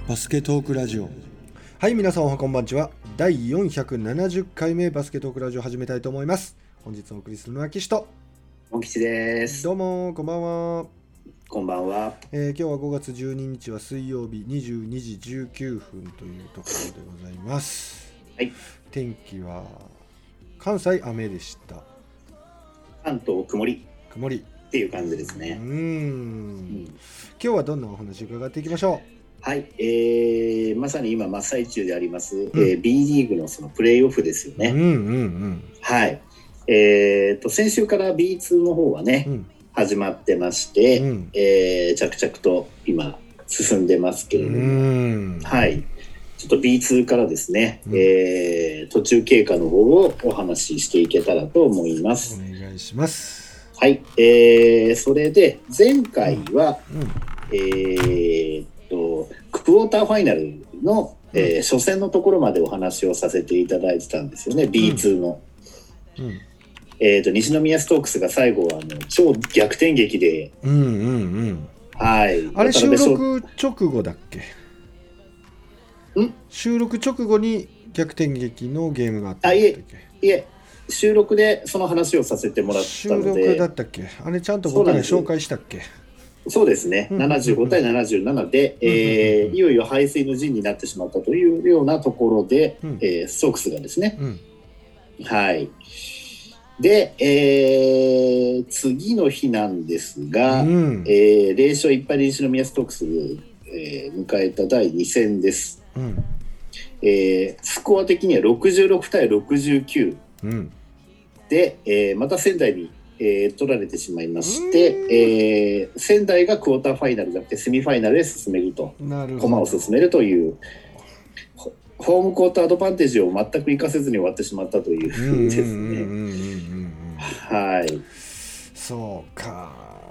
バスケトークラジオ。はい、皆さんこんばんちは。第470回目バスケトークラジオ始めたいと思います。本日お送りするのは岸とモン吉です。 どうもこんばんは。 こんばんは。 今日は5月12日は水曜日22時19分というところでございます。 はい。 天気は関西雨でした。 関東曇り曇りっていう感じですね。 今日はどんなお話伺っていきましょう。 はい、まさに今真っ最中であります、B リーグのそのプレーオフですよね。はい。先週から B2 の方はね、始まってまして、着々と今進んでますけれども、はい。ちょっと B2 からですね、途中経過の方をお話ししていけたらと思います。 お願いします。 はい。それで前回は、クォーターファイナルの、初戦のところまでお話をさせていただいてたんですよね、B2 の。西宮ストークスが最後は超逆転劇で、はい。 あれ収録直後だっけ？収録直後に逆転劇のゲームがあったんだっけ？ いえ、収録でその話をさせてもらったので。 収録だったっけ？あれちゃんと僕らに紹介したっけ？ そうですね、75対77で、いよいよ背水の陣になってしまったというようなところで、ストークスがですね、はい。で、次の日なんですが、0勝1敗で西宮ストークス、迎えた第2戦です。スコア的には66対69、で、また仙台に取られてしまいまして、仙台がクォーターファイナルじゃなくてセミファイナルへ進めると、駒を進めるというホームコートアドバンテージを全く生かせずに終わってしまったというですね。はい。 そうか。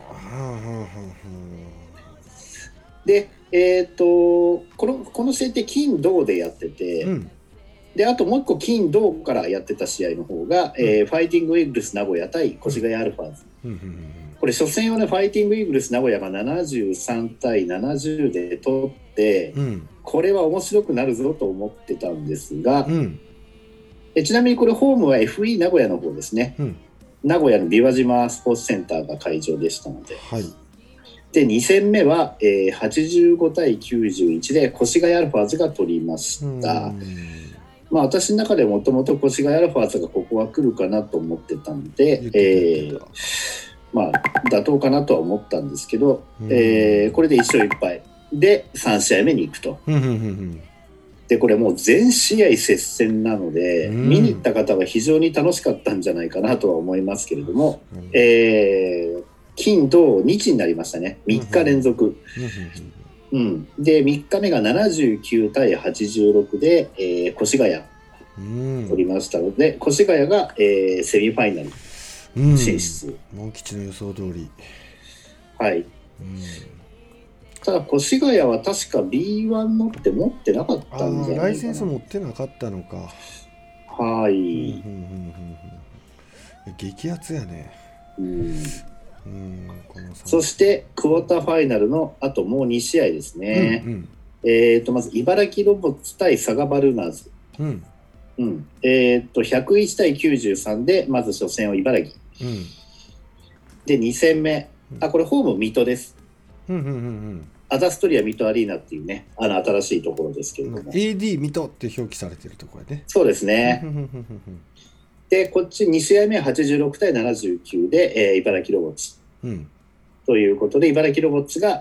で、この試合って金銅でやってて、であともう一個金銅からやってた試合の方が、ファイティングイーグルス名古屋対越谷アルファーズ。これ初戦はね、ファイティングイーグルス名古屋が73対70で取って、これは面白くなるぞと思ってたんですが、ちなみにこれホームは FE 名古屋の方ですね。名古屋のビワ島スポーツセンターが会場でしたので。で2戦目は、85対91で越谷アルファーズが取りました。まあ、私の中でもともと越谷アルファーズがここは来るかなと思ってたんで、まあ妥当かなとは思ったんですけど、これで1勝1敗で3試合目に行くと。でこれもう全試合接戦なので、見に行った方は非常に楽しかったんじゃないかなとは思いますけれども、金土日になりましたね、3日連続。で3日目が79対86で、越谷取りましたので、越谷が、セミファイナル進出。 モン吉の予想通り。 はい。ただ越谷は確か B1 のって持ってなかったんじゃないかな。 ライセンス持ってなかったのか。 はい。 激アツやね。 そしてクォーターファイナルのあともう2試合ですね。まず茨城ロボッツ対佐賀バルーナーズ。101対93でまず初戦を茨城。で2戦目、これホーム水戸です。アダストリア水戸アリーナっていうね、新しいところですけれども、 AD 水戸って表記されてるところやね。 そうですね。でこっち2試合目は86対79で、茨城ロボッツ、ということで茨城ロボッツが、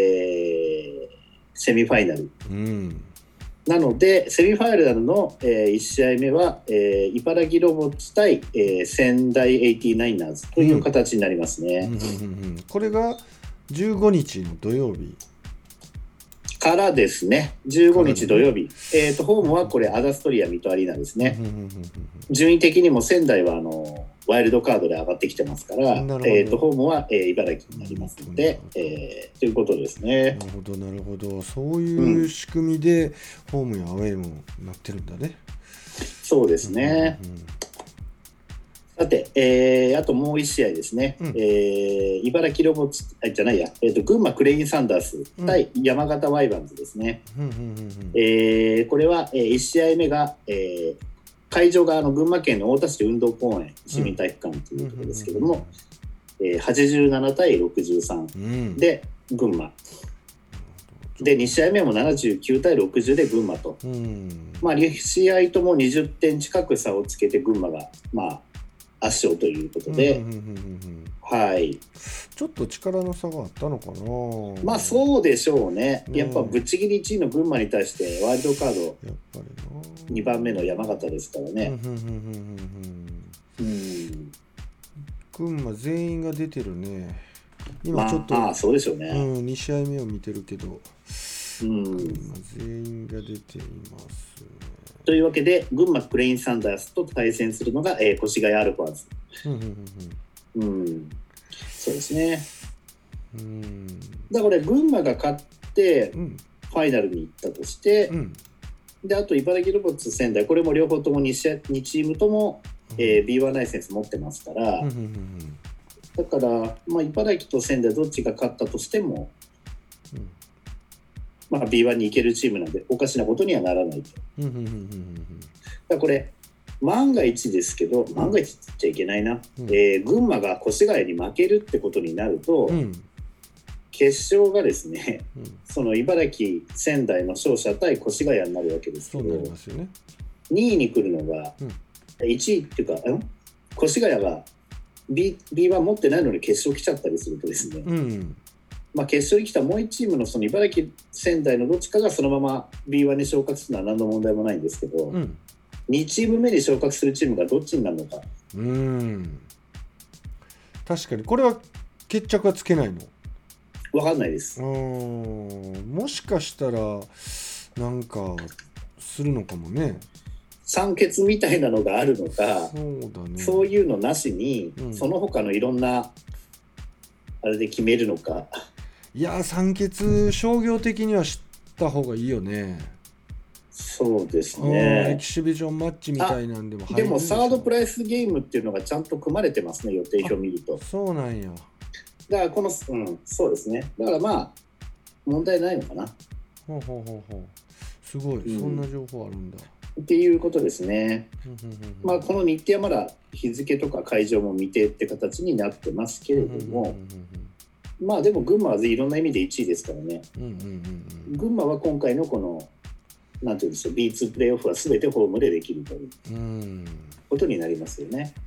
セミファイナル、なのでセミファイナルの、1試合目は、茨城ロボッツ対、仙台 89ers という形になりますね。 これが15日の土曜日からですね。15日土曜日、ホームはこれアダストリア水戸アリーナですね。順位的にも仙台はワイルドカードで上がってきてますから、ホームは、茨城になりますので、ということですね。 なるほどなるほど。そういう仕組みで、ホームやアウェイもなってるんだね。 そうですね。 さて、あともう1試合ですね、茨城ロボッツじゃないや、群馬クレインサンダース対山形ワイバンズですね。これは、1試合目が、会場が群馬県の太田市運動公園市民体育館というところですけども、87対63で群馬、で2試合目も79対60で群馬と、2試合とも20点近く差をつけて群馬が圧勝ということで、はい、 ちょっと力の差があったのかな。 そうでしょうね。やっぱぶっちぎり1位の群馬に対してワイルドカード2番目の山形ですからね。 群馬全員が出てるね。今ちょっと、 そうでしょうね。 2試合目を見てるけど、群馬全員が出ていますね。 というわけで群馬クレインサンダースと対戦するのが、越谷アルファーズ。そうですね。だから群馬が勝ってファイナルに行ったとして、であと茨城ロボッツ仙台、これも両方とも2チームとも、B1 ライセンス持ってますから、だから、茨城と仙台どっちが勝ったとしても、B1 に行けるチームなんでおかしなことにはならないと。だからこれ万が一ですけど、万が一って言っちゃいけないな、群馬が越谷に負けるってことになると、決勝がですね、その茨城仙台の勝者対越谷になるわけですけど、2位に来るのが、1位っていうか越谷が B1 持ってないのに決勝来ちゃったりするとですね、決勝に来たもう1チームのその茨城仙台のどっちかがそのまま B1 に昇格するのは何の問題もないんですけど、2チーム目に昇格するチームがどっちになるのか。 確かにこれは決着はつけないの？ 分かんないです。 もしかしたらなんかするのかもね。 酸欠みたいなのがあるのか、そういうのなしに、その他のいろんなあれで決めるのか。 いや酸欠商業的には知った方がいいよね。 そうですね。 エキシビジョンマッチみたいなんでも入る。 でもサードプライスゲームっていうのがちゃんと組まれてますね、予定表見ると。 そうなんや。 だからこの、そうですね。だから問題ないのかな。 すごい、そんな情報あるんだ。 っていうことですね。この日程はまだ日付とか会場も未定って形になってますけれども、でも群馬はいろんな意味で1位ですからね。群馬は今回のこのなんていうんでしょう、 B2 プレーオフは全てホームでできるということになりますよね。 なる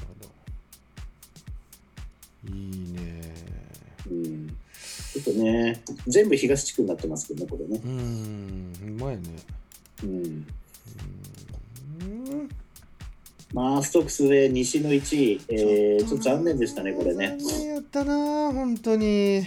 ほど。いいね。 ちょっとね、全部東地区になってますけどね、これね。 うまいね。 ストックスで西の1位、ちょっと残念でしたね、これね。 残念やったな、本当に。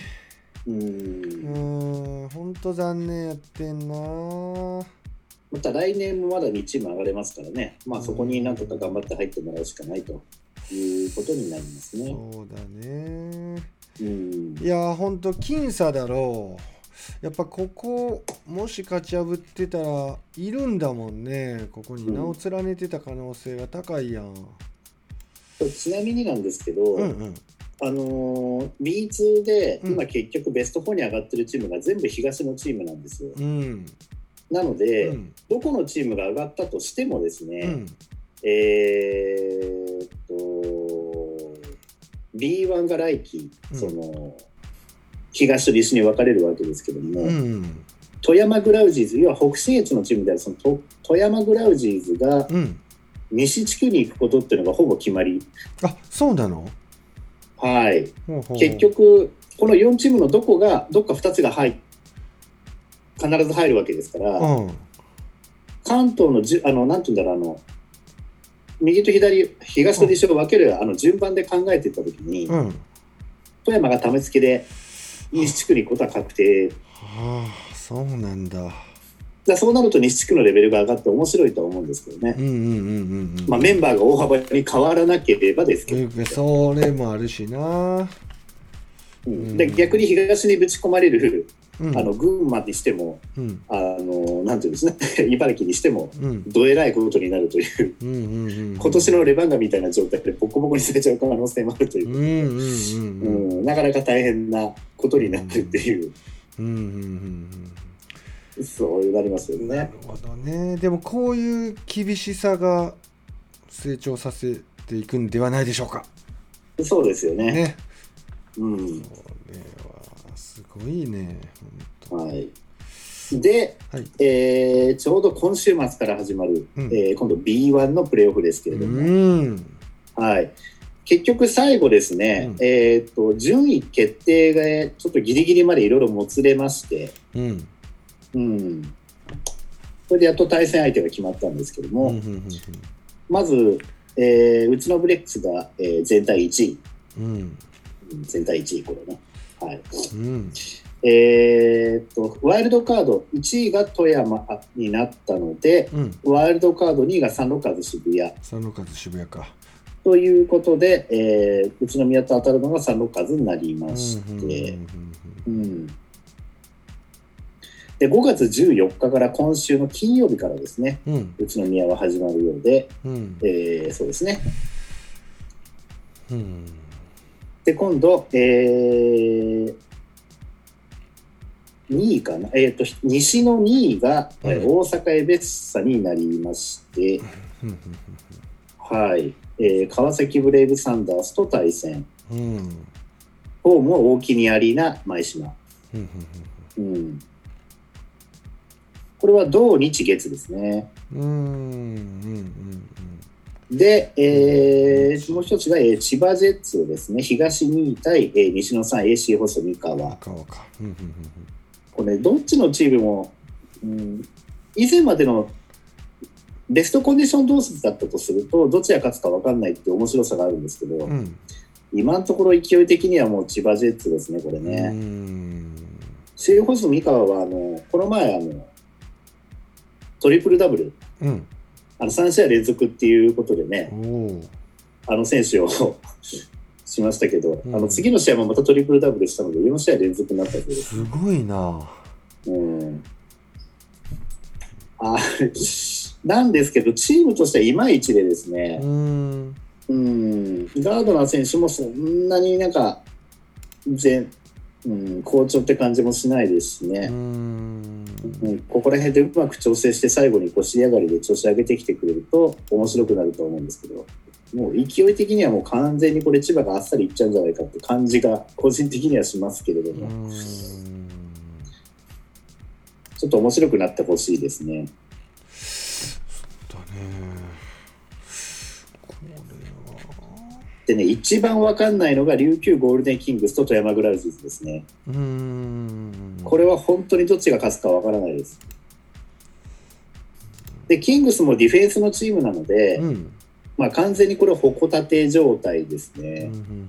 本当残念やってんな。 また来年もまだ2チーム上がれますからね、そこになんとか頑張って入ってもらうしかないということになりますね。 そうだね。いや本当僅差だろう。やっぱここもし勝ち破ってたらいるんだもんね。ここに名を連ねてた可能性が高いやん。 ちなみになんですけど、B2 で今結局ベスト4に上がってるチームが全部東のチームなんですよ。なので、どこのチームが上がったとしてもですね、B1 が来季、その東と西に分かれるわけですけども、富山グラウジーズ、要は北信越のチームであるその富山グラウジーズが西地区に行くことっていうのがほぼ決まり。 あ、そうなの？ はい。結局この4チームのどっか2つが必ず入るわけですから、関東のなんていうんだろう、右と左、東と西を分ける順番で考えていったときに、富山がためつけで西地区に行くことは確定。 そうなんだ。 そうなると西地区のレベルが上がって面白いとは思うんですけどね。メンバーが大幅に変わらなければですけど、 それもあるしな。 で逆に東にぶち込まれる群馬にしても、なんていうんですね茨城にしても、どえらいことになるという、今年のレバンガみたいな状態でボコボコにされちゃう可能性もあるという、なかなか大変なことになるっていう、そういうなりますよね。 なるほどね。でもこういう厳しさが成長させていくんではないでしょうか。 そうですよね。 これはすごいね。 はい。で、ちょうど今週末から始まる、今度 B1 のプレーオフですけれども、はい。結局最後ですね、順位決定がちょっとギリギリまでいろいろもつれまして、それでやっと対戦相手が決まったんですけども、まず、うちのブレックスが、全体1位、全体1位これね、はい。ワイルドカード1位が富山になったので、ワイルドカード2位がサンロッカーズ渋谷。 サンロッカーズ渋谷か。 ということで、宇都宮と当たるのがサンロッカーズになりまして、で5月14日から今週の金曜日からですね、宇都宮は始まるようで、そうですね。で今度、2位かな、西の2位が、大阪エベッサになりまして、はい、川崎ブレイブサンダースと対戦、ホームも大木にアリーナ舞島、これは土日月ですね。で、もう一つが、千葉ジェッツですね。東2位対、西の3位 AC ホスト三河。これどっちのチームも、以前までのベストコンディション同士だったとするとどちら勝つか分かんないっていう面白さがあるんですけど、今のところ勢い的にはもう千葉ジェッツですねこれね。シーホスト三河はこの前トリプルダブル、3試合連続っていうことでね、選手をしましたけど、次の試合もまたトリプルダブルしたので4試合連続になったんです。 すごいな。 なんですけどチームとしてはいまいちでですね、ガードナー選手もそんなになんか好調って感じもしないですしね、ここら辺でうまく調整して最後に仕上がりで調子上げてきてくれると面白くなると思うんですけど、もう勢い的にはもう完全にこれ千葉があっさりいっちゃうんじゃないかって感じが個人的にはしますけれども、ちょっと面白くなってほしいですね。でね、一番分かんないのが琉球ゴールデンキングスと富山グラウジーズですね。これは本当にどっちが勝つか分からないです。でキングスもディフェンスのチームなので、完全にこれ矛立て状態ですね。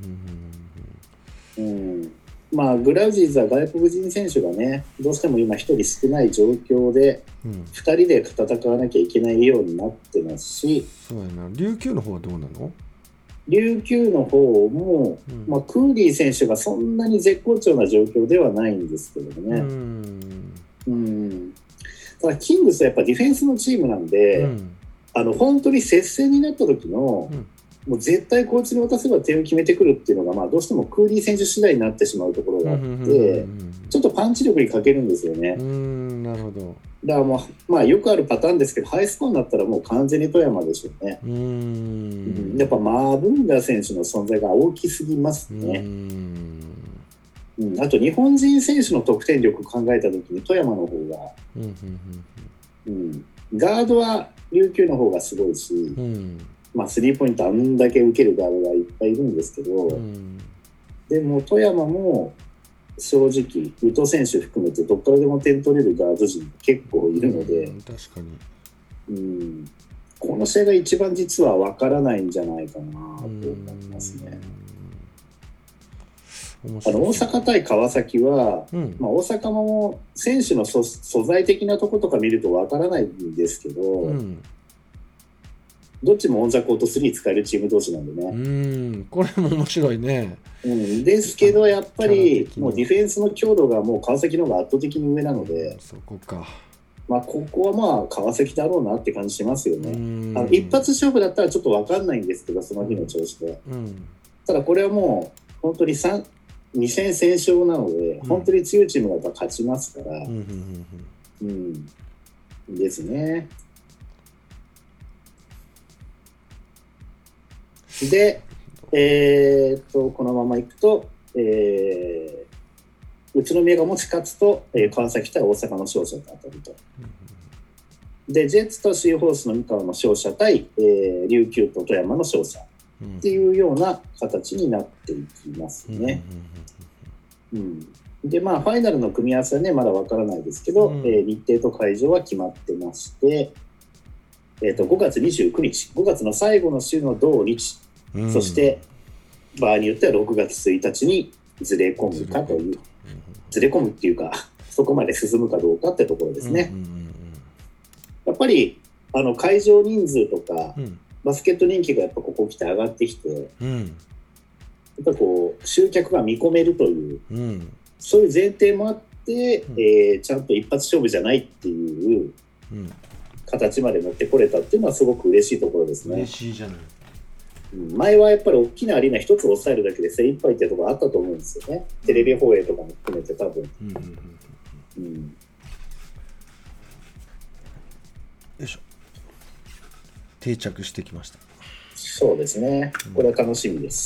グラウジーズは外国人選手がねどうしても今1人少ない状況で、2人で戦わなきゃいけないようになってますし、 そうやな。琉球の方はどうなの？ 琉球の方も、クーリー選手がそんなに絶好調な状況ではないんですけどね。ただキングスはやっぱディフェンスのチームなんで、本当に接戦になった時の、もう絶対こいつに渡せば点を決めてくるっていうのが、どうしてもクーリー選手次第になってしまうところがあって、ちょっとパンチ力に欠けるんですよね。 なるほど。 だからよくあるパターンですけど、ハイスコアになったらもう完全に富山でしょうね。やっぱマーブンガ選手の存在が大きすぎますね。あと日本人選手の得点力を考えた時に富山の方が、ガードは琉球の方がすごいし、スリーポイントあんだけ受けるガードがいっぱいいるんですけど、でも富山も正直宇都選手含めてどっからでも点取れるガード陣結構いるので、 確かに、 この試合が一番実は分からないんじゃないかなと思いますね。大阪対川崎は、大阪も選手の素材的なとことか見ると分からないんですけど、 どっちもオンザコート3使えるチーム同士なんでね。これも面白いね。 ですけどやっぱりもうディフェンスの強度がもう川崎の方が圧倒的に上なので、 そこか。 ここはまあ川崎だろうなって感じしますよね。一発勝負だったらちょっと分かんないんですけど、その日の調子で。ただこれはもう本当に2戦先勝なので、本当に強いチームがやっぱ勝ちますから、ですね。で、このままいくと、宇都宮がもし勝つと、川崎対大阪の勝者と当たると。で、ジェッツとシーホースの三河の勝者対、琉球と富山の勝者っていうような形になっていきますね。で、ファイナルの組み合わせはね、まだわからないですけど、日程と会場は決まってまして、5月29日、5月の最後の週の土日、そして場合によっては6月1日にずれ込むかという、ずれ込むっていうか、そこまで進むかどうかってところですね。やっぱり会場人数とか、バスケット人気がやっぱここ来て上がってきて、やっぱこう集客が見込めるという、そういう前提もあって、ちゃんと一発勝負じゃないっていう形まで持ってこれたっていうのはすごく嬉しいところですね。 嬉しいじゃない。 前はやっぱり大きなアリーナ一つ抑えるだけで精一杯っていうところあったと思うんですよね。テレビ放映とかも含めて多分。よいしょ。定着してきました。 そうですね。これは楽しみです。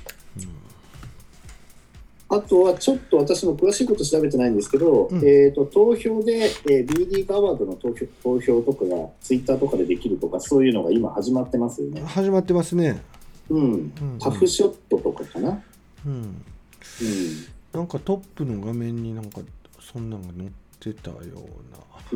あとはちょっと私も詳しいこと調べてないんですけど、投票で、B リーグアワードの投票とかがツイッターとかでできるとか、そういうのが今始まってますよね。 始まってますね。 タフショットとかかな。 なんかトップの画面になんかそんなのが載ってたよう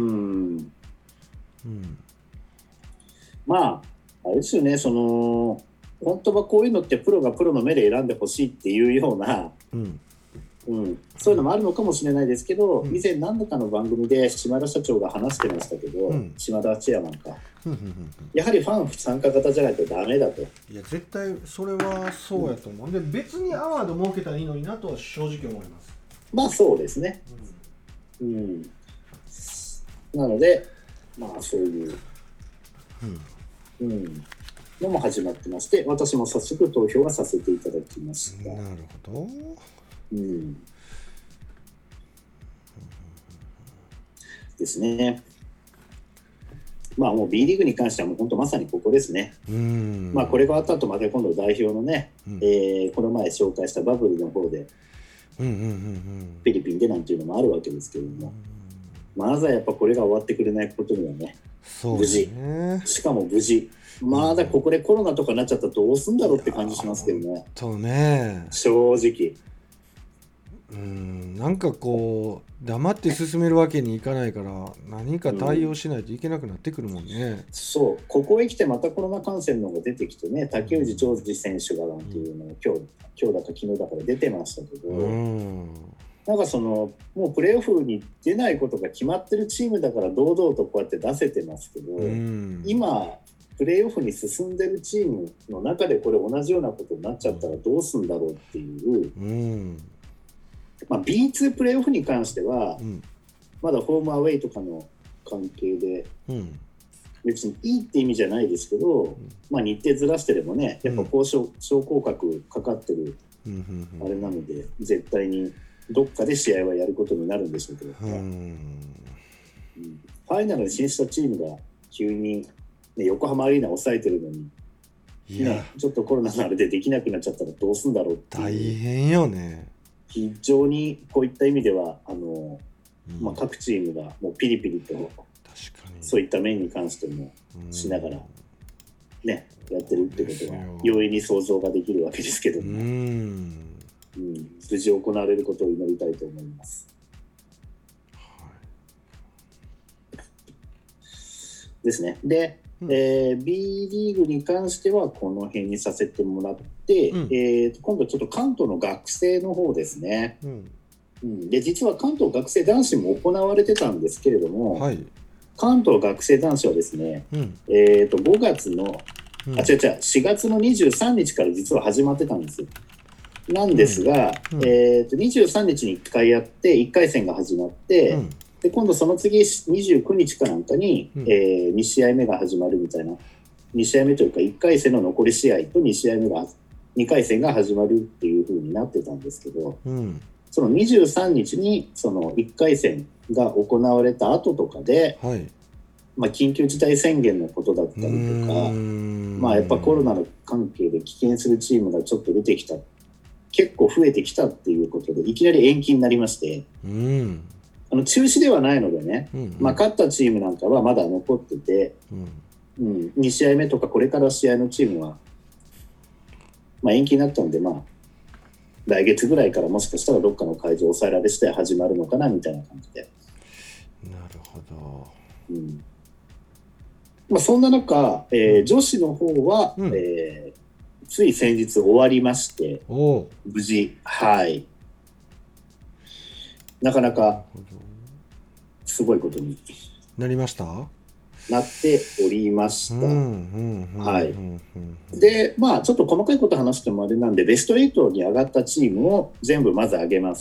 な。あれですよね、本当はこういうのってプロがプロの目で選んでほしいっていうような、そういうのもあるのかもしれないですけど、以前何度かの番組で島田社長が話してましたけど、島田チェアマンか、やはりファン参加型じゃないとダメだと。 いや絶対それはそうやと思う。で別にアワード設けたらいいのになとは正直思います。 そうですね。なのでそういうのも始まってまして、私も早速投票はさせていただきました。 なるほど。 ですね。もう B リーグに関してはもう本当まさにここですね。これがあった後また今度代表のね、この前紹介したバブルの方でフィリピンでなんていうのもあるわけですけれども、まずはやっぱこれが終わってくれないことにはね、無事、しかも無事、まだここでコロナとかなっちゃったらどうすんだろうって感じしますけどね。正直。 なんかこう黙って進めるわけにいかないから何か対応しないといけなくなってくるもんね。 そう、ここへ来てまたコロナ感染のが出てきてね、竹内譲二選手がなんていうのを今日だか昨日だから出てましたけど、なんかもうプレーオフに出ないことが決まってるチームだから堂々とこうやって出せてますけど、今プレーオフに進んでるチームの中でこれ同じようなことになっちゃったらどうすんだろうっていう、B2 プレーオフに関しては、まだホームアウェイとかの関係で、別にいいって意味じゃないですけど、日程ずらしてでもね、やっぱ昇降格かかってるあれなので、絶対にどっかで試合はやることになるんでしょうけど、ファイナルに進出したチームが急に、横浜アリーナ抑えてるのに、ちょっとコロナのあれでできなくなっちゃったらどうすんだろうっていう。 大変よね。 非常にこういった意味では各チームがもうピリピリとそういった面に関してもしながらねやってるってことは容易に想像ができるわけですけども、無事行われることを祈りたいと思います。ですね。で、B リーグに関してはこの辺にさせてもらって、今度ちょっと関東の学生の方ですね。で実は関東学生男子も行われてたんですけれども、 関東学生男子はですね、5月の、4月の23日から実は始まってたんですよ。なんですが、23日に1回やって1回戦が始まって、で今度その次29日かなんかに、2試合目が始まるみたいな、2試合目というか1回戦の残り試合と2試合目が2回戦が始まるっていう風になってたんですけど、その23日にその1回戦が行われた後とかで、緊急事態宣言のことだったりとか、やっぱコロナの関係で棄権するチームがちょっと出てきた、結構増えてきたっていうことでいきなり延期になりまして、中止ではないのでね、勝ったチームなんかはまだ残ってて、2試合目とかこれから試合のチームは、延期になったので、来月ぐらいからもしかしたらどっかの会場抑えられして始まるのかなみたいな感じで。 なるほど。そんな中、女子の方は、つい先日終わりまして、無事、なかなかすごいことになりました。 なっておりました。で、ちょっと細かいこと話してもあれなんで、ベスト8に上がったチームを全部まず上げます。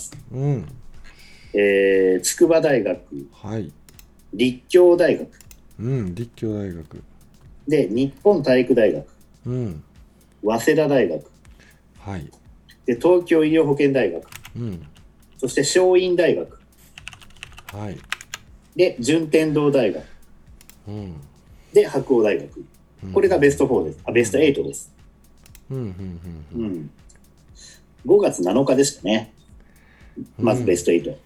筑波大学、立教大学、 立教大学で日本体育大学、早稲田大学、で東京医療保険大学、そして松蔭大学、で順天堂大学、で白鴎大学、これがベスト4です。ベスト8です。5月7日でしたね。まずベスト8。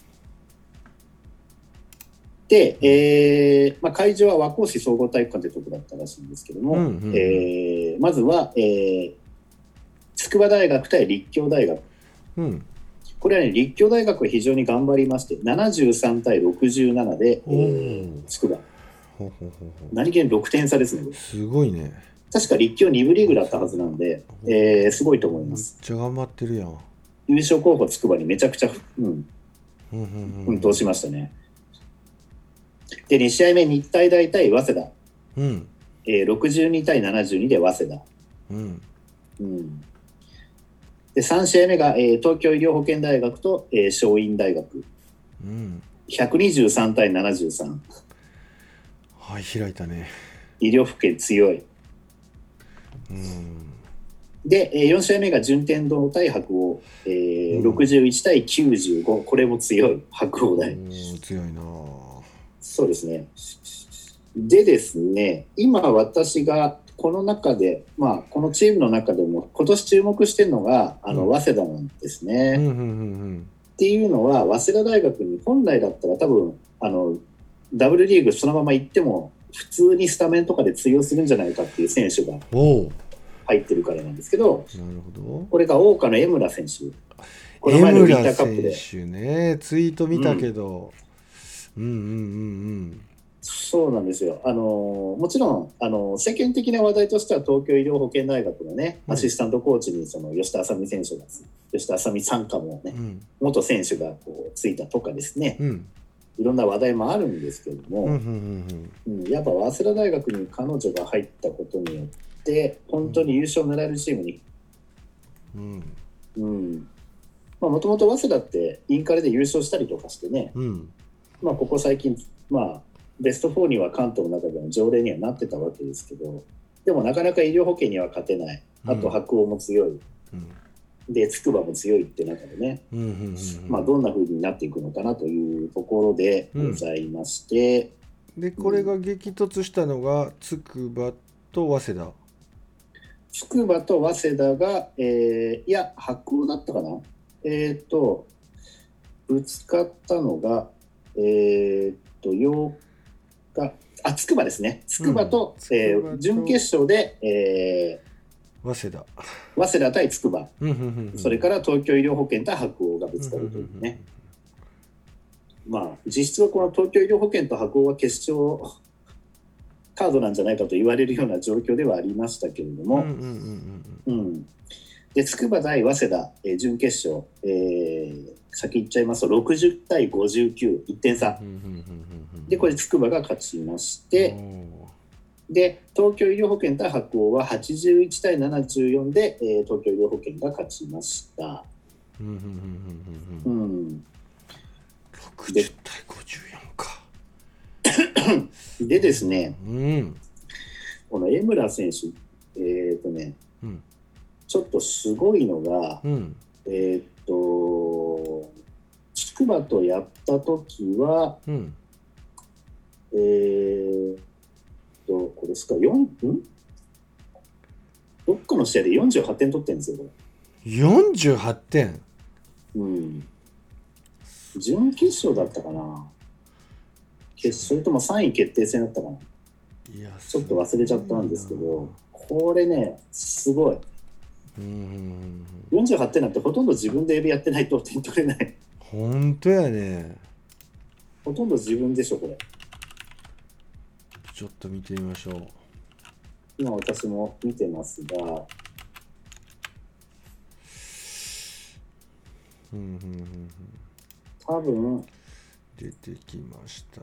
で、会場は和光市総合体育館というところだったらしいんですけども、まずは、筑波大学対立教大学。これはね、立教大学は非常に頑張りまして、73対67で、筑波。何気に6点差ですね。 すごいね。 確か立教2部リーグだったはずなんで、すごいと思います。 めっちゃ頑張ってるやん。 優勝候補筑波にめちゃくちゃ奮闘しましたね。で、2試合目、日体大対早稲田。62対72で早稲田。で、3試合目が、東京医療保険大学と、松蔭大学。123対73。 開いたね。 医療保険強い。で、4試合目が順天堂対白鴎、61対95。これも強い。白鴎大。 強いな。 そうですね。でですね、今私がこの中で、このチームの中でも今年注目してるのが早稲田なんですね。っていうのは、早稲田大学に本来だったら多分ダブルリーグそのまま行っても普通にスタメンとかで通用するんじゃないかっていう選手が入ってるからなんですけど、これが桜花の江村選手。この前のウィンターカップで。 選手ね、ツイート見たけど。 そうなんですよ。もちろん世間的な話題としては東京医療保険大学のね、アシスタントコーチにその吉田麻美選手が、吉田麻美参加もね、元選手がこうついたとかですね、いろんな話題もあるんですけども、やっぱ早稲田大学に彼女が入ったことによって本当に優勝を狙えるチームに、もともと早稲田ってインカレで優勝したりとかしてね、ここ最近ベスト4には関東の中での常連にはなってたわけですけど、でもなかなか医療保険には勝てない。あと白鴎も強い。で筑波も強いって中でね、どんな風になっていくのかなというところでございまして、 でこれが激突したのが筑波と早稲田。 筑波と早稲田が、いや白鴎だったかな、ぶつかったのが8日、筑波ですね。筑波と、準決勝で、 早稲田対筑波、それから東京医療保険対白鴎がぶつかるというね。実質はこの東京医療保険と白鴎は決勝カードなんじゃないかと言われるような状況ではありましたけれども、で筑波対早稲田、準決勝、先言っちゃいますと60対59、1点差。 でこれ筑波が勝ちまして、で東京医療保険対白鴎は81対74で、東京医療保険が勝ちました。 60対54か。 でですね、この江村選手、ちょっとすごいのが、筑波とやった時は、これですか、どっかの試合で48点取ってるんですよ、これ。 48点？ 準決勝だったかな、それとも3位決定戦だったかな、ちょっと忘れちゃったんですけど、これね、すごい。48点なんてほとんど自分でエビやってないと点取れない。 本当やね。 ほとんど自分でしょ、これ。 ちょっと見てみましょう。 今私も見てますが、多分出てきましたね。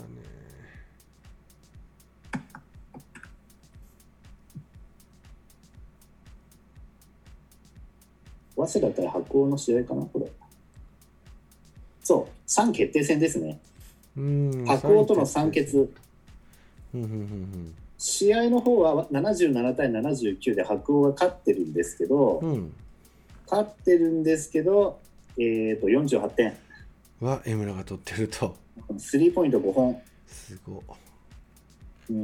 早稲田対白鴎の試合かな、これ。そう、3決定戦ですね。白鴎との3決。試合の方は77対79で白鴎が勝ってるんですけど、48点は江村が取ってると。 スリーポイント5本。 すごい。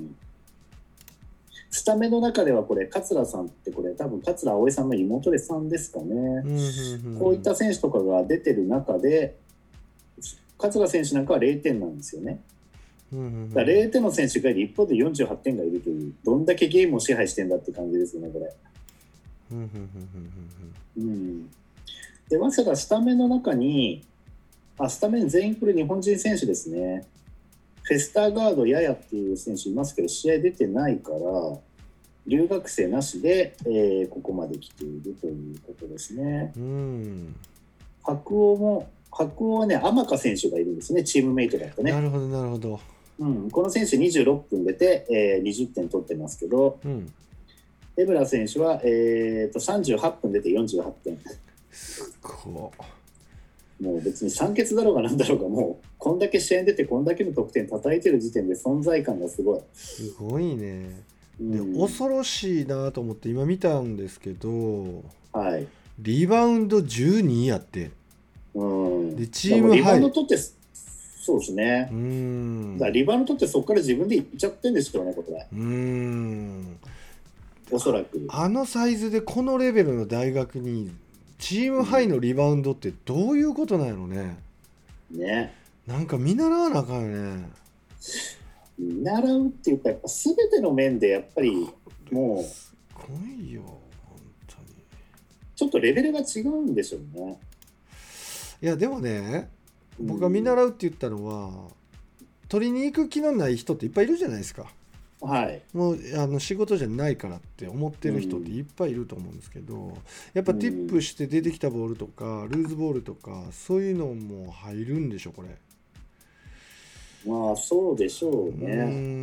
スタメンの中ではこれ桂さんってこれ多分桂葵さんの妹でさんですかね。こういった選手とかが出てる中で桂選手なんかは0点なんですよね。だから0点の選手がいる一方で48点がいるという、どんだけゲームを支配してんだって感じですよね、これ。で早稲田スタメンの中にスタメン全員これ日本人選手ですね。フェスターガードヤヤっていう選手いますけど試合出てないから留学生なしで、ここまで来ているということですね。白鴎はね天香選手がいるんですね、チームメイトだったね。 なるほどなるほど。 この選手26分出て、20点取ってますけど、江村選手は、38分出て48点。 すごい。 もう別に酸欠だろうがなんだろうが、もうこんだけ試合に出てこんだけの得点叩いてる時点で存在感がすごい。 すごいね。で恐ろしいなと思って今見たんですけど、リバウンド12やって、でチームハイ。 リバウンド取ってそうですね。だからリバウンド取ってそこから自分でいっちゃってんですよね、これ。おそらくあのサイズでこのレベルの大学にチームハイのリバウンドってどういうことなんやろね。なんか見習わなあかんよね。 見習うっていうか、やっぱ全ての面でやっぱりもうすごいよ、本当に。 ちょっとレベルが違うんでしょうね。 いやでもね、僕が見習うって言ったのは、取りに行く気のない人っていっぱいいるじゃないですか。もう仕事じゃないからって思ってる人っていっぱいいると思うんですけど、やっぱティップして出てきたボールとかルーズボールとかそういうのも入るんでしょこれ。 まあそうでしょうね。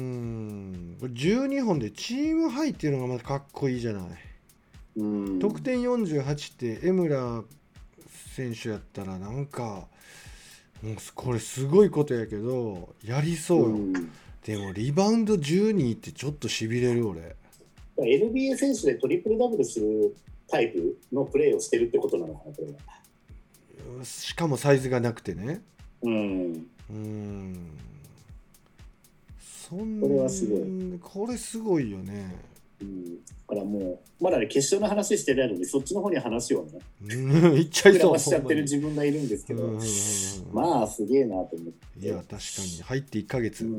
12本でチームハイっていうのがまたかっこいいじゃない。得点48って江村選手やったらなんかもうこれすごいことやけどやりそうよ。でもリバウンド12ってちょっとしびれる俺。 NBA 選手でトリプルダブルするタイプのプレーをしてるってことなのかな、これは。 しかもサイズがなくてね。 これはすごい。 これすごいよね。 だからもうまだね決勝の話してるのにそっちの方に話をねいっちゃいそう。 しちゃってる自分がいるんですけど、まあすげえなと思って。 いや確かに入って1ヶ月。 ス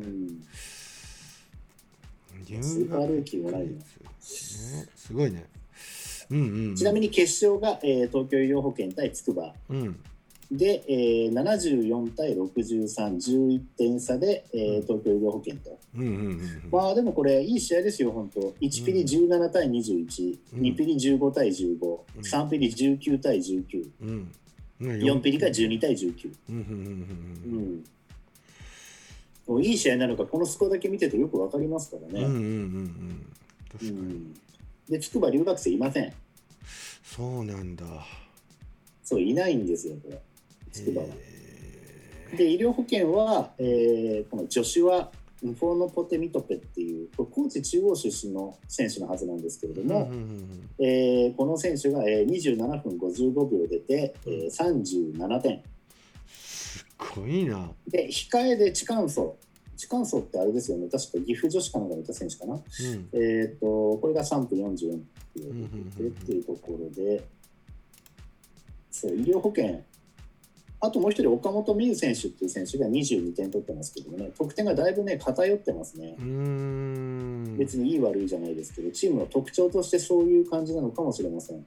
ーパールーキーもないね。 すごいね。 ちなみに決勝が、東京医療保険対筑波。で、74対63、11点差で、東京医療保険と。まあでもこれいい試合ですよ、本当。1ピリ17対21、2ピリ15対15、3ピリ19対19、4ピリが12対19。 もういい試合なのかこのスコアだけ見ててよく分かりますからね。 確かに。 で筑波留学生いません。 そうなんだ。 そういないんですよこれ筑波は。で医療保険は、このジョシュア・フォーノポテミトペっていう高知中央出身の選手のはずなんですけれども、この選手が、27分55秒出て、37点。 すごいな。 で控えでチカンソってあれですよね、確か岐阜女子かなんかにいた選手かな、これが3分44秒出てっていうところで、そう医療保険、あともう一人岡本美優選手っていう選手が22点取ってますけどもね、得点がだいぶね偏ってますね。別にいい悪いじゃないですけど、チームの特徴としてそういう感じなのかもしれません。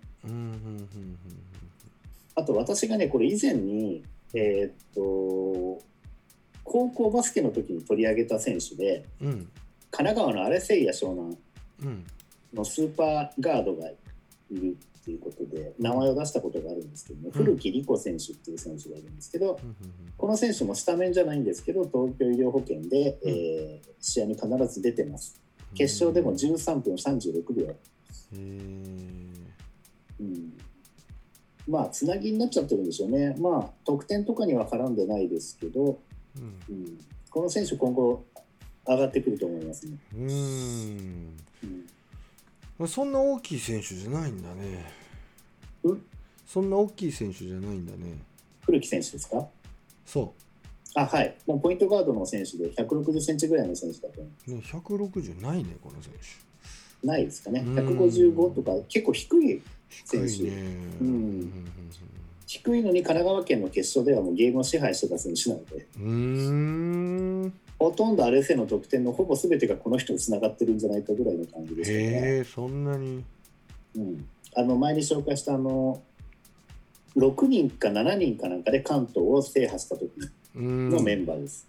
あと私がねこれ以前に高校バスケの時に取り上げた選手で、神奈川のアレセイヤ湘南のスーパーガードがいるっていうことで名前を出したことがあるんですけども、古木理子選手っていう選手がいるんですけど、この選手もスタメンじゃないんですけど東京医療保険で、試合に必ず出てます。決勝でも13分36秒。まあつなぎになっちゃってるんでしょうね。まあ得点とかには絡んでないですけど、この選手今後上がってくると思いますね。 そんな大きい選手じゃないんだね。そんな大きい選手じゃないんだね。 古木選手ですか？ そう。 はい。もうポイントガードの選手で160センチぐらいの選手だと思う。 160ないねこの選手。 ないですかね。155とか結構低い選手。低いのに神奈川県の決勝ではもうゲームを支配してた選手なので、ほとんどアレセの得点のほぼ全てがこの人に繋がってるんじゃないかぐらいの感じですね。 そんなに。 前に紹介した6人か7人かなんかで関東を制覇した時のメンバーです。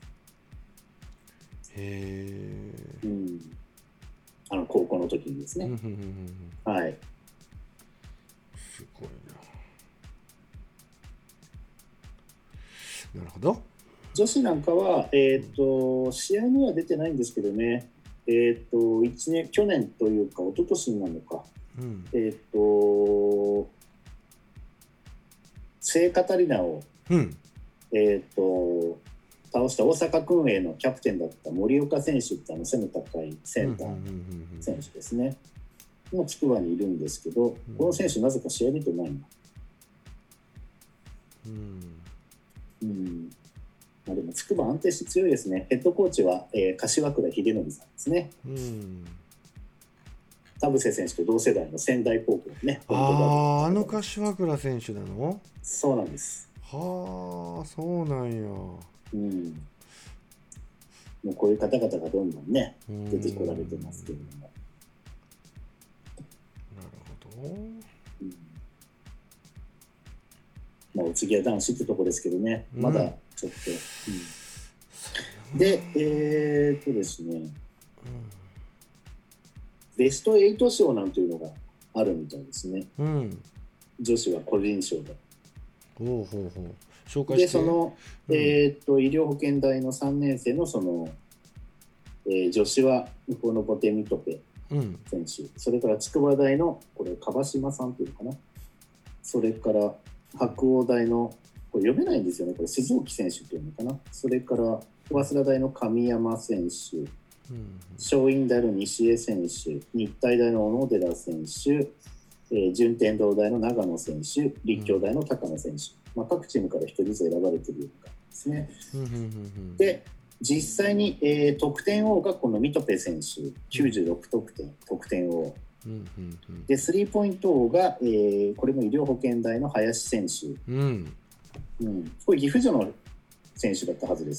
高校の時にですね。はい。 すごいな。なるほど。 女子なんかは、試合には出てないんですけどね、去年というか一昨年になるのか、聖カタリナを、倒した大阪薫英のキャプテンだった森岡選手って背の高いセンターの選手ですね。もう筑波にいるんですけど、この選手なぜか試合出てないんだ。でも筑波安定して強いですね。ヘッドコーチは、柏倉秀則さんですね。田臥選手と同世代の仙台高校ね。 あの柏倉選手なの？ そうなんです。 はあ、そうなんや。 もうこういう方々がどんどんね出てこられてますけれども。 なるほど。お次は男子ってとこですけどね、まだちょっと。で、ですね、ベスト8賞なんていうのがあるみたいですね。女子は個人賞で。 紹介して。 で、その、医療保険大の3年生のその、女子はこのポテミトペ選手、それから筑波大のこれ樺島さんっていうのかな、それから白鴎大のこれ読めないんですよね、これ静沖選手っていうのかな、それから早稲田大の神山選手、松陰大の西江選手、日体大の小野寺選手、順天堂大の長野選手、立教大の高野選手、各チームから1人ずつ選ばれているような感じですね。で、実際に、得点王がこのミトペ選手、96得点王。で、スリーポイント王が、これも医療保険大の林選手。これ岐阜女の選手だったはずです。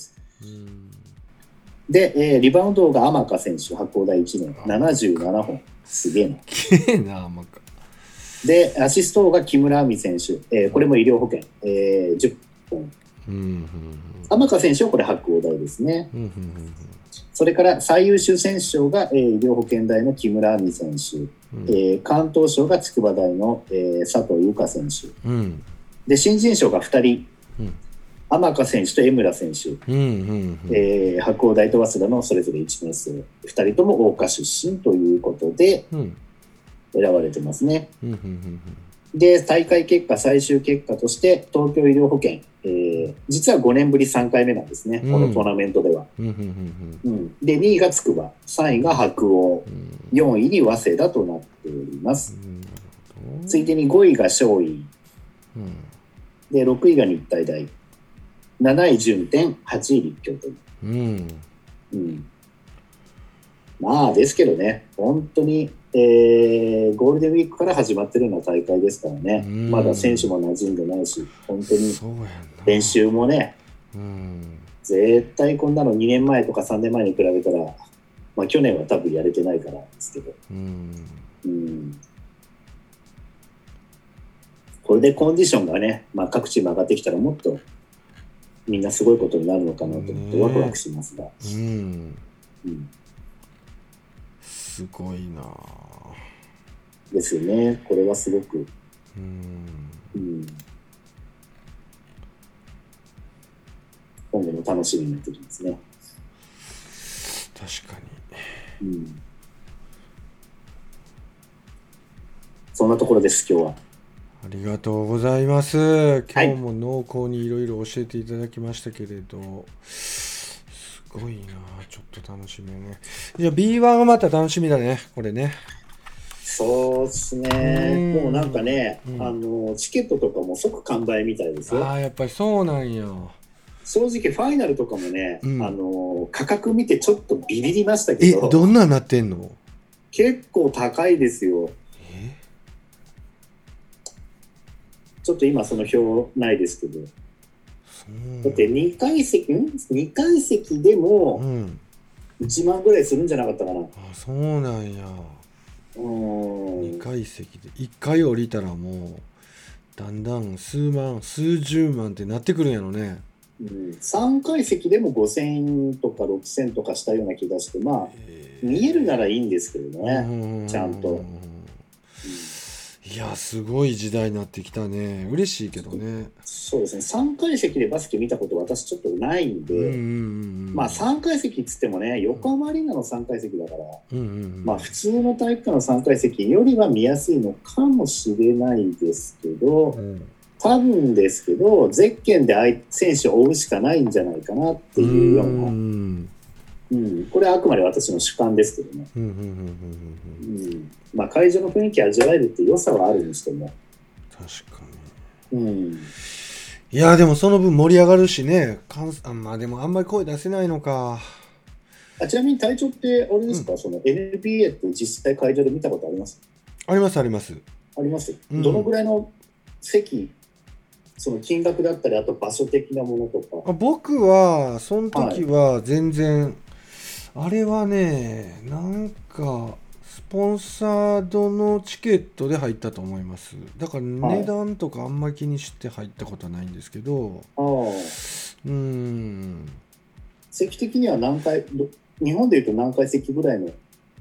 で、リバウンド王が天香選手、白鴎大1年、77本。すげえな。 すげえな、天香。 で、アシスト王が木村亜美選手、これも医療保険、10本。天香選手はこれ白鴎大ですね。それから最優秀選手賞が、医療保険大の木村亜美選手、関東賞が筑波大の、佐藤由香選手、で新人賞が2人、 天香選手と江村選手、白鴎大と早稲田のそれぞれ1年生、2人とも桜花出身ということで選ばれてますね。で、大会結果、最終結果として、東京医療保険、実は5年ぶり3回目なんですね、このトーナメントでは。で、2位が筑波、3位が白鴎、4位に早稲田となっております。ついでに5位が樟蔭、で、6位が日体大、7位順天、8位立教という。まあ、ですけどね、本当に、ゴールデンウィークから始まってるような大会ですからね、まだ選手も馴染んでないし、本当に練習もね、絶対こんなの2年前とか3年前に比べたら、まあ、去年は多分やれてないからですけど、これでコンディションがね、まあ、各チーム上がってきたらもっとみんなすごいことになるのかなと思ってワクワクしますが。 すごいなですよね。これはすごく。今後も楽しみになってきますね。 確かに。 そんなところです、今日は。 ありがとうございます。今日も濃厚にいろいろ教えていただきましたけれど、すごいな、ちょっと楽しみね。じゃあ B1 はまた楽しみだね、これね。 そうですね。もうなんかね、チケットとかも即完売みたいですよ。 やっぱりそうなんや。 正直ファイナルとかもね、価格見てちょっとビビりましたけど。 どんななってんの？ 結構高いですよ。ちょっと今その表ないですけど、だって2階席でも1万ぐらいするんじゃなかったかな。 そうなんや。2階席で1階降りたらもうだんだん数万数十万ってなってくるんやろね。 3階席でも5000円とか6000とかしたような気がして、まあ見えるならいいんですけどね、ちゃんと。 いや、すごい時代になってきたね。嬉しいけどね。 そうですね。3階席でバスケ見たこと私ちょっとないんで、まあ3階席っつってもね、横浜アリーナの3階席だから、まあ普通の体育館の3階席よりは見やすいのかもしれないですけど、多分ですけど、ゼッケンで選手を追うしかないんじゃないかなっていうような。これはあくまで私の主観ですけどね。まあ会場の雰囲気味わえるって良さはあるにしても。 確かに。いやでもその分盛り上がるしね。まあでもあんまり声出せないのか。 ちなみに隊長ってあれですか、その NBA って実際会場で見たことあります？ ありますあります。 あります。どのぐらいの席、その金額だったり、あと場所的なものとか。 僕はその時は全然、あれはね、なんかスポンサードのチケットで入ったと思います。だから値段とかあんまり気にして入ったことはないんですけど、 席的には何回、日本でいうと何階席ぐらいの？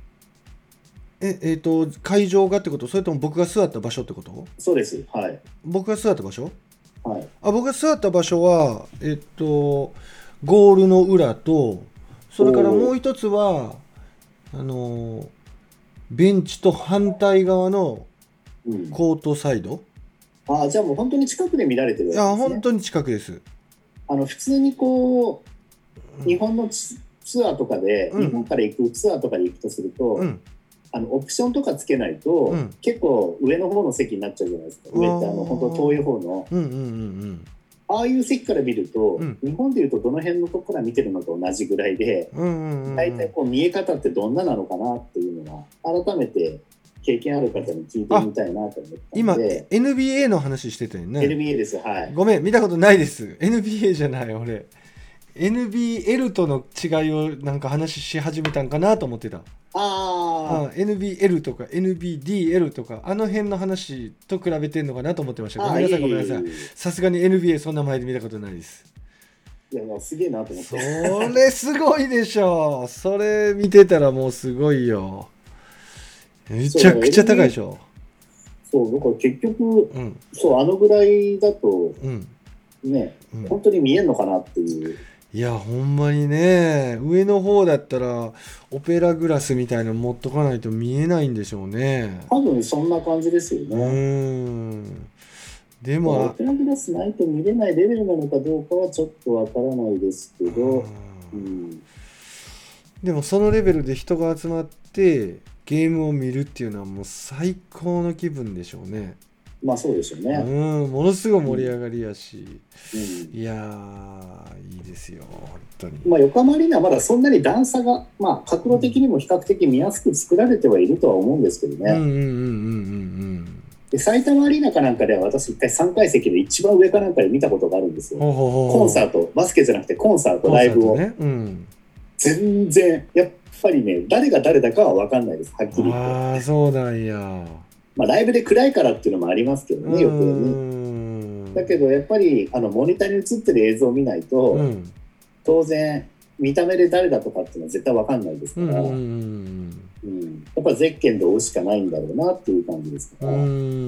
会場がってこと？それとも僕が座った場所ってこと？ そうです。はい。 僕が座った場所？ はい。 僕が座った場所はゴールの裏と、それからもう一つはベンチと反対側のコートサイド。 じゃあもう本当に近くで見られてるわけですね。 本当に近くです。 普通にこう、日本のツアーとかで、日本から行くツアーとかで行くとすると、オプションとかつけないと、結構上の方の席になっちゃうじゃないですか。上って本当遠い方の。ああいう席から見ると、日本でいうとどの辺のところから見てるのと同じぐらいで、大体こう見え方ってどんななのかなっていうのは改めて経験ある方に聞いてみたいなと思ったので。 今 NBA の話してたよね。 NBA です。はい。 ごめん、見たことないです。 NBA じゃない、俺 NBL との違いをなんか話し始めたんかなと思ってた。NBL とか NBDL とかあの辺の話と比べてんのかなと思ってました。ごめんなさいごめんなさい。さすがに NBA そんな前で見たことないです。 いや、すげえなと思って。 それすごいでしょ。それ見てたらもうすごいよ。めちゃくちゃ高いでしょ。 そう、だから結局、そうあのぐらいだと、 ね、本当に見えんのかなっていう。 いやほんまにね、上の方だったらオペラグラスみたいなの持っとかないと見えないんでしょうね。 多分そんな感じですよね。 でもオペラグラスないと見れないレベルなのかどうかはちょっとわからないですけど、 でもそのレベルで人が集まってゲームを見るっていうのはもう最高の気分でしょうね。 まあそうでしょうね。 ものすごい盛り上がりやし、いやーいいですよ本当に。 まあ横浜アリーナはまだそんなに段差が、まあ角度的にも比較的見やすく作られてはいるとは思うんですけどね。で埼玉アリーナかなんかでは私一回3階席で一番上かなんかで見たことがあるんですよ。コンサート、バスケじゃなくてコンサート、ライブを、全然やっぱりね、誰が誰だかは分かんないです、はっきり言って。 ああそうなんや。 まあライブで暗いからっていうのもありますけどね、よくね。だけどやっぱりモニターに映ってる映像を見ないと、当然見た目で誰だとかっていうのは絶対分かんないですから、やっぱゼッケンで追うしかないんだろうなっていう感じですから。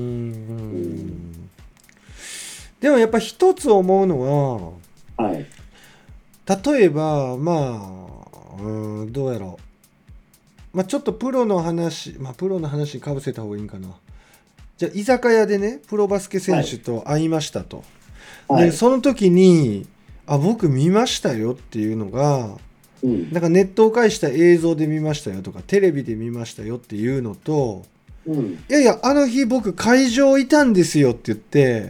でもやっぱ一つ思うのは、例えばまあどうやろう、まあ、ちょっとプロの話にかぶせた方がいいんかな。じゃあ居酒屋でねプロバスケ選手と会いましたと、でその時に僕見ましたよっていうのが、なんかネットを介した映像で見ましたよとかテレビで見ましたよっていうのと、いやいやあの日僕会場いたんですよって言って、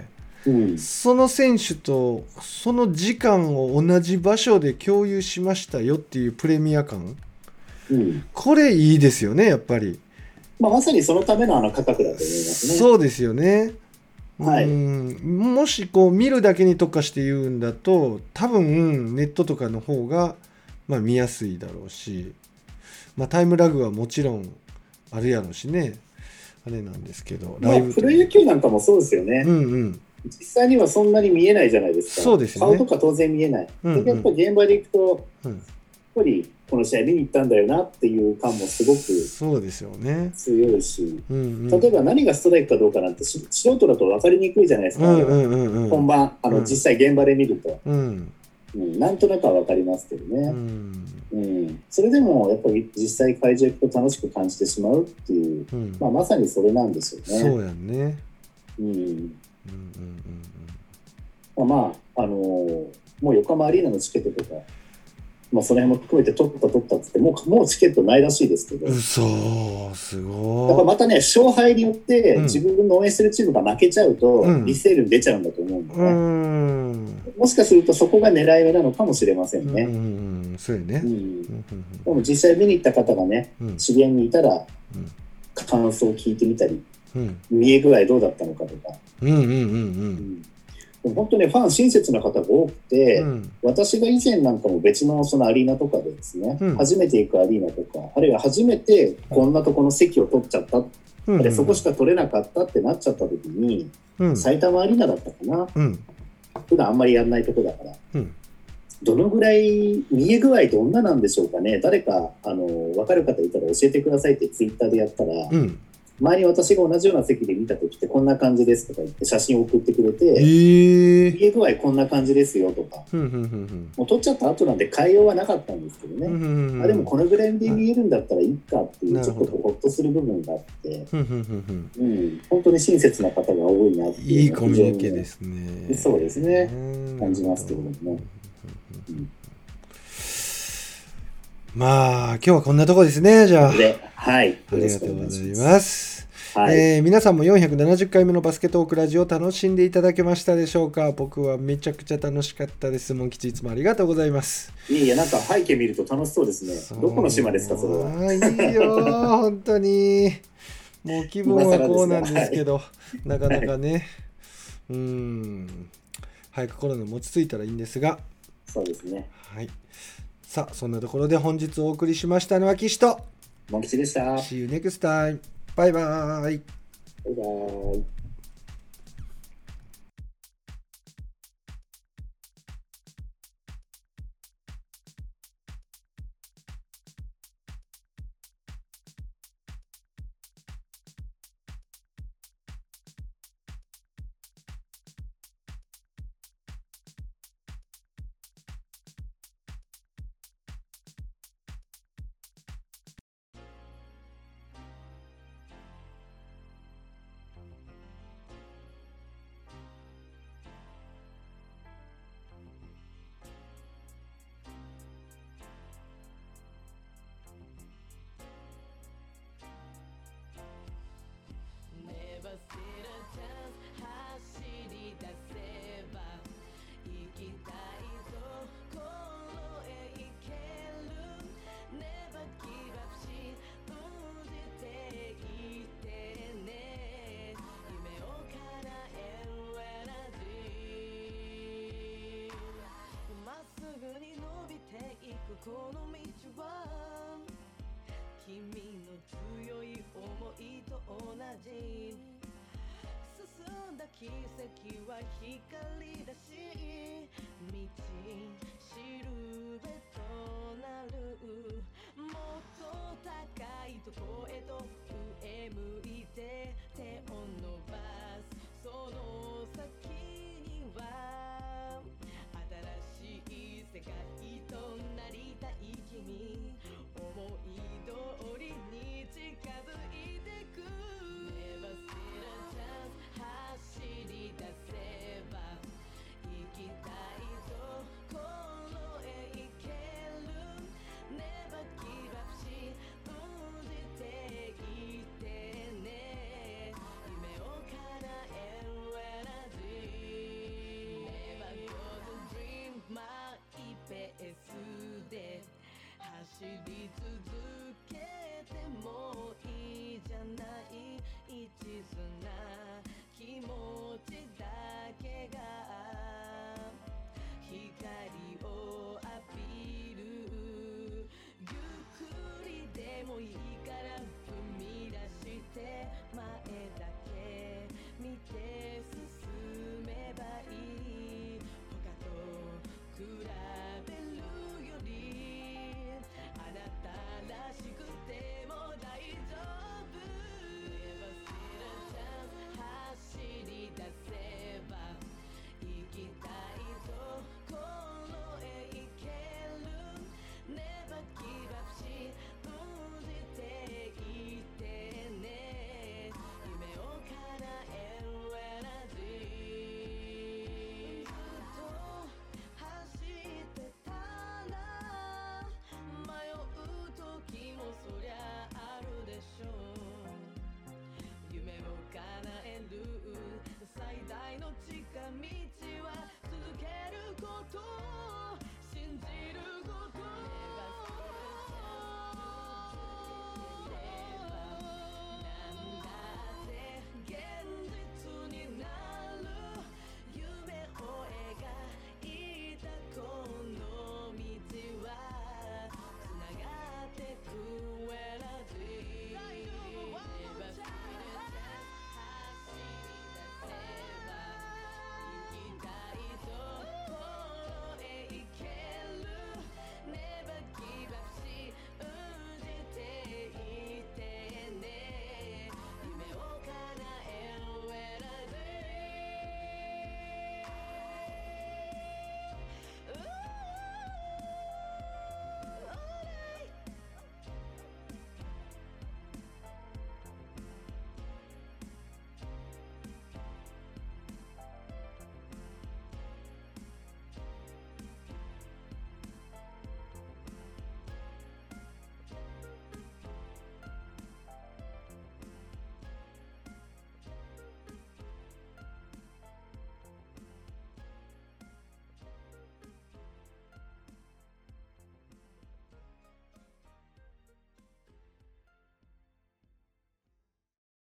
その選手とその時間を同じ場所で共有しましたよっていうプレミア感、これいいですよねやっぱり。 まさにそのための価格だと思いますね。 そうですよね。もしこう見るだけに特化して言うんだと多分ネットとかの方が見やすいだろうし、タイムラグはもちろんあるやろうしね、あれなんですけど、 ライブプロ野球なんかもそうですよね。実際にはそんなに見えないじゃないですか。 そうですよね。 顔とか当然見えない。やっぱり現場で行くと、やっぱりこの試合見に行ったんだよなっていう感もすごくそうですよね強いし、例えば何がストライクかどうかなんて素人だと分かりにくいじゃないですか。本番実際現場で見ると、なんとなくは分かりますけどね。それでもやっぱり実際会場行くと楽しく感じてしまうっていう、まさにそれなんですよね。 そうやね。 もう横浜アリーナのチケットとか、その辺も含めて取ったっつってもうチケットないらしいですけど、 すごい。 やっぱまたね、勝敗によって自分の応援してるチームが負けちゃうと、リセールに出ちゃうんだと思うんでね。もしかするとそこが狙い目なのかもしれませんね。 そうよね。 でも実際見に行った方がね、知り合いにいたら感想を聞いてみたり、見え具合どうだったのかとか。本当ね、ファン親切な方が多くて、私が以前なんかも別のそのアリーナとかでですね、初めて行くアリーナとか、あるいは初めてこんなとこの席を取っちゃった、そこしか取れなかったってなっちゃった時に、埼玉アリーナだったかな、普段あんまりやんないとこだから、どのぐらい見え具合どんななんでしょうかね。誰か分かる方いたら教えてくださいってツイッターでやったら、前に私が同じような席で見た時ってこんな感じですとか言って写真を送ってくれて、見え具合こんな感じですよとか、もう撮っちゃった後なんで変えようはなかったんですけどね、でもこのぐらいで見えるんだったらいいかっていうちょっとホッとする部分があって、本当に親切な方が多いなっていう、 いいコミュニケですね。 そうですね、感じますけどもね。 今日はこんなとこですね。じゃあ、 はい、 ありがとうございます。皆さんも470回目のバスケットークラジオ楽しんでいただけましたでしょうか。僕はめちゃくちゃ楽しかったです。モン吉いつもありがとうございます。 いやなんか背景見ると楽しそうですね。どこの島ですかそれは。 いいよ本当に。もう気分はこうなんですけど、なかなかね、早くコロナも落ち着いたらいいんですが。 そうですね。 はい。さあそんなところで本日お送りしましたのは岸とモン吉でした。 See you next time. バイバーイ。 バイバーイ。 この道は君の強い思いと同じ進んだ奇跡は光だし道しるべとなるもっと高いとこへと上向いて手を伸ばすその先には新しい世界となりたい君思い通りに近づいてく Never still a chance 走り出せば行きたいところへ行ける Never give up 信じていてね夢を叶えるエナジー Never go to dream マイペースで走り続